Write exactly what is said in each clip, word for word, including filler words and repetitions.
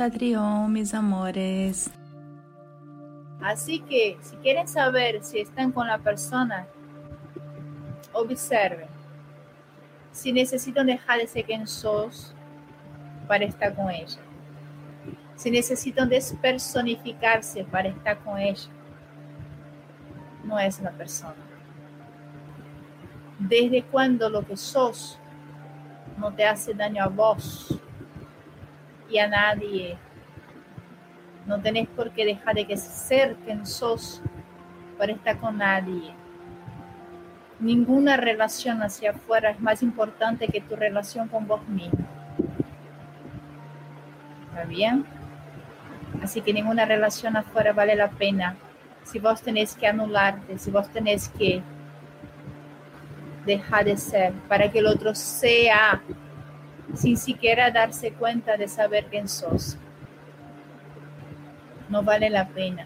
Antatrión, mis amores. Así que, si quieren saber si están con la persona, observen. Si necesitan dejar de ser quien sos para estar con ella. Si necesitan despersonificarse para estar con ella, no es la persona. Desde cuando lo que sos no te hace daño a vos y a nadie, no tenés por qué dejar de ser quien sos para estar con nadie. Ninguna relación hacia afuera es más importante que tu relación con vos mismo. ¿Está bien? Así que ninguna relación afuera vale la pena. Si vos tenés que anularte, si vos tenés que dejar de ser para que el otro sea, sin siquiera darse cuenta de saber quién sos, no vale la pena.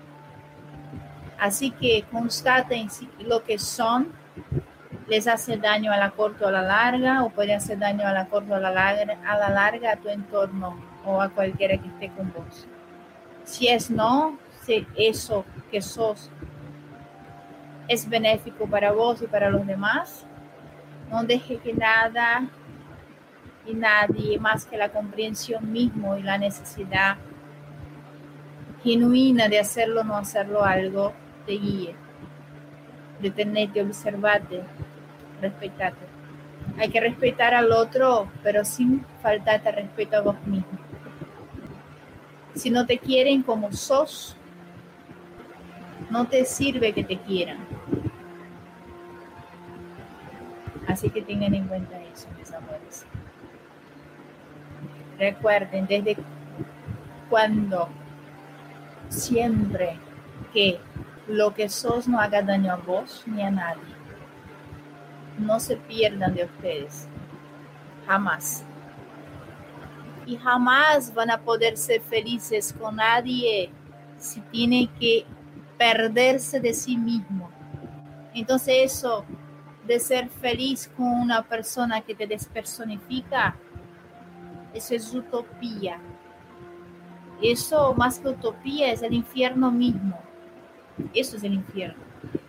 Así que constaten si lo que son les hace daño a la corta o a la larga, o puede hacer daño a la corta o a la larga, a la larga a tu entorno o a cualquiera que esté con vos. Si es no, si eso que sos es benéfico para vos y para los demás, no deje que nada y nadie más que la comprensión mismo y la necesidad genuina de hacerlo o no hacerlo algo te guíe. Detenete, observate, respetate. Hay que respetar al otro, pero sin faltarte respeto a vos mismo. Si no te quieren como sos, no te sirve que te quieran. Así que tengan en cuenta eso, mis amores. Recuerden, desde cuando siempre que lo que sos no haga daño a vos ni a nadie, no se pierdan de ustedes. Jamás. Y jamás van a poder ser felices con nadie si tienen que perderse de sí mismo. Entonces eso de ser feliz con una persona que te despersonifica, eso es utopía. Eso más que utopía es el infierno mismo. Eso es el infierno.